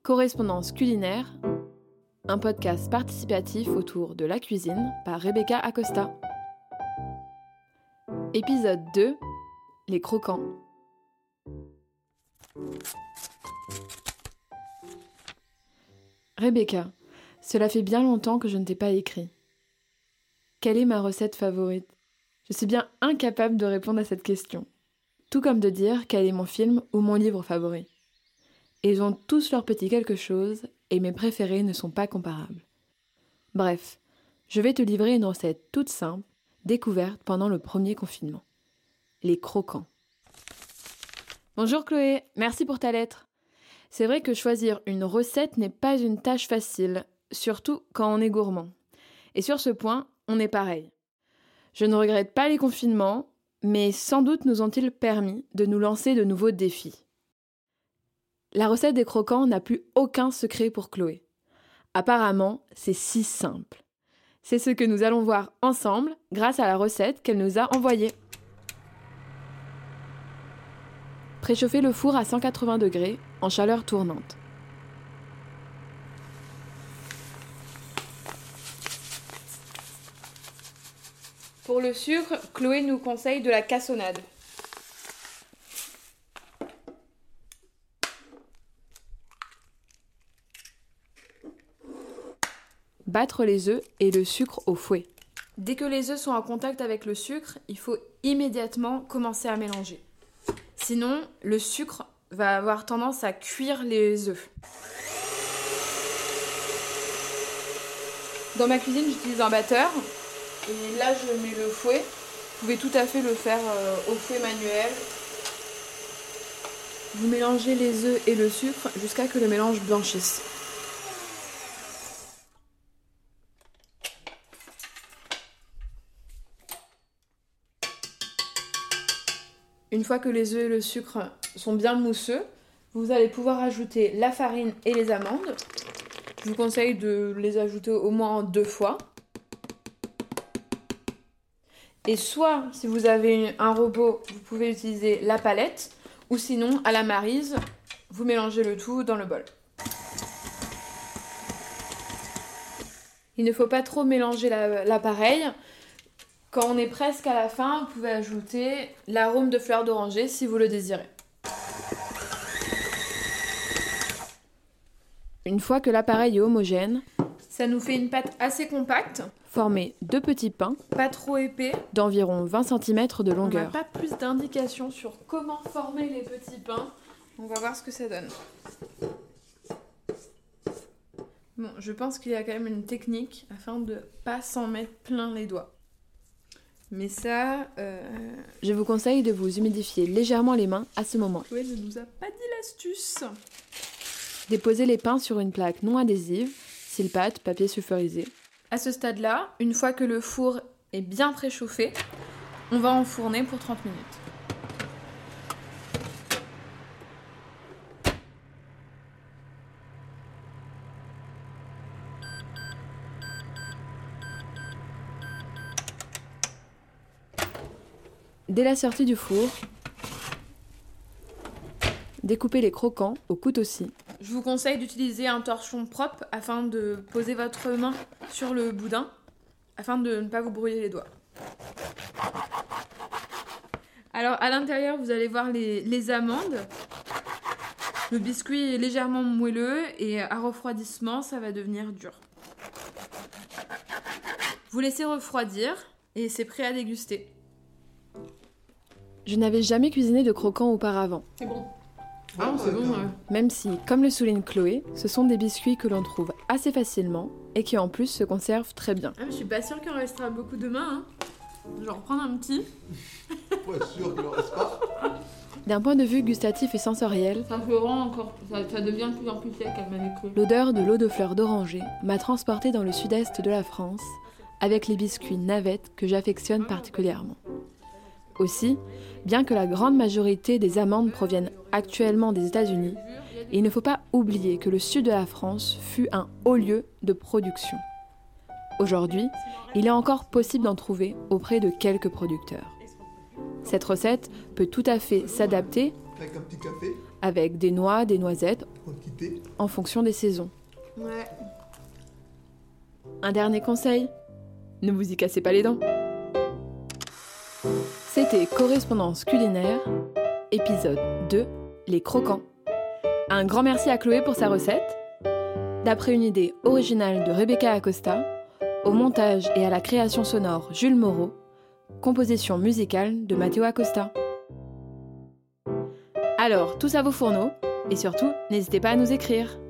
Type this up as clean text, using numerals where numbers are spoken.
Correspondance culinaire, un podcast participatif autour de la cuisine par Rebecca Acosta. Épisode 2, les croquants. Rebecca, cela fait bien longtemps que je ne t'ai pas écrit. Quelle est ma recette favorite ? Je suis bien incapable de répondre à cette question. Tout comme de dire quel est mon film ou mon livre favori. Ils ont tous leur petit quelque chose et mes préférés ne sont pas comparables. Bref, je vais te livrer une recette toute simple, découverte pendant le premier confinement. Les croquants. Bonjour Chloé, merci pour ta lettre. C'est vrai que choisir une recette n'est pas une tâche facile, surtout quand on est gourmand. Et sur ce point, on est pareil. Je ne regrette pas les confinements, mais sans doute nous ont-ils permis de nous lancer de nouveaux défis. La recette des croquants n'a plus aucun secret pour Chloé. Apparemment, c'est si simple. C'est ce que nous allons voir ensemble grâce à la recette qu'elle nous a envoyée. Préchauffez le four à 180 degrés en chaleur tournante. Pour le sucre, Chloé nous conseille de la cassonade. Battre les œufs et le sucre au fouet. Dès que les œufs sont en contact avec le sucre, il faut immédiatement commencer à mélanger. Sinon, le sucre va avoir tendance à cuire les œufs. Dans ma cuisine, j'utilise un batteur. Et là, je mets le fouet. Vous pouvez tout à fait le faire au fouet manuel. Vous mélangez les œufs et le sucre jusqu'à ce que le mélange blanchisse. Une fois que les œufs et le sucre sont bien mousseux, vous allez pouvoir ajouter la farine et les amandes. Je vous conseille de les ajouter au moins 2 fois. Et soit, si vous avez un robot, vous pouvez utiliser la palette, ou sinon, à la maryse, vous mélangez le tout dans le bol. Il ne faut pas trop mélanger l'appareil. Quand on est presque à la fin, vous pouvez ajouter l'arôme de fleur d'oranger si vous le désirez. Une fois que l'appareil est homogène, ça nous fait une pâte assez compacte. Formez 2 petits pains, pas trop épais, d'environ 20 cm de longueur. On n'a pas plus d'indications sur comment former les petits pains. On va voir ce que ça donne. Bon, je pense qu'il y a quand même une technique afin de ne pas s'en mettre plein les doigts. Mais ça, je vous conseille de vous humidifier légèrement les mains à ce moment. Chloé ne nous a pas dit l'astuce. Déposez les pains sur une plaque non adhésive, cils pâte, papier sulfurisé. À ce stade-là, une fois que le four est bien préchauffé, on va enfourner pour 30 minutes. Dès la sortie du four, découpez les croquants au couteau-scie. Je vous conseille d'utiliser un torchon propre afin de poser votre main sur le boudin, afin de ne pas vous brouiller les doigts. Alors à l'intérieur, vous allez voir les amandes. Le biscuit est légèrement moelleux et à refroidissement, ça va devenir dur. Vous laissez refroidir et c'est prêt à déguster. Je n'avais jamais cuisiné de croquants auparavant. C'est bon. Ah, c'est bon, ouais. Même si, comme le souligne Chloé, ce sont des biscuits que l'on trouve assez facilement et qui en plus se conservent très bien. Ah, mais je suis pas sûre qu'il en restera beaucoup demain. Je vais en reprendre un petit. Pas sûr qu'il en reste pas. D'un point de vue gustatif et sensoriel, Ça se rend encore, ça devient de plus en plus sec, elle m'avait cru. l'odeur de l'eau de fleur d'oranger m'a transportée dans le sud-est de la France avec les biscuits navettes que j'affectionne particulièrement. Aussi, bien que la grande majorité des amandes proviennent actuellement des États-Unis, il ne faut pas oublier que le sud de la France fut un haut lieu de production. Aujourd'hui, il est encore possible d'en trouver auprès de quelques producteurs. Cette recette peut tout à fait s'adapter Avec un petit café. avec des noix, des noisettes, Quantité. en fonction des saisons. Ouais. Un dernier conseil, ne vous y cassez pas les dents. C'était Correspondance culinaire, épisode 2, les croquants. Un grand merci à Chloé pour sa recette. D'après une idée originale de Rebecca Acosta, au montage et à la création sonore Jules Moreau, composition musicale de Matteo Acosta. Alors, tous à vos fourneaux, et surtout, n'hésitez pas à nous écrire.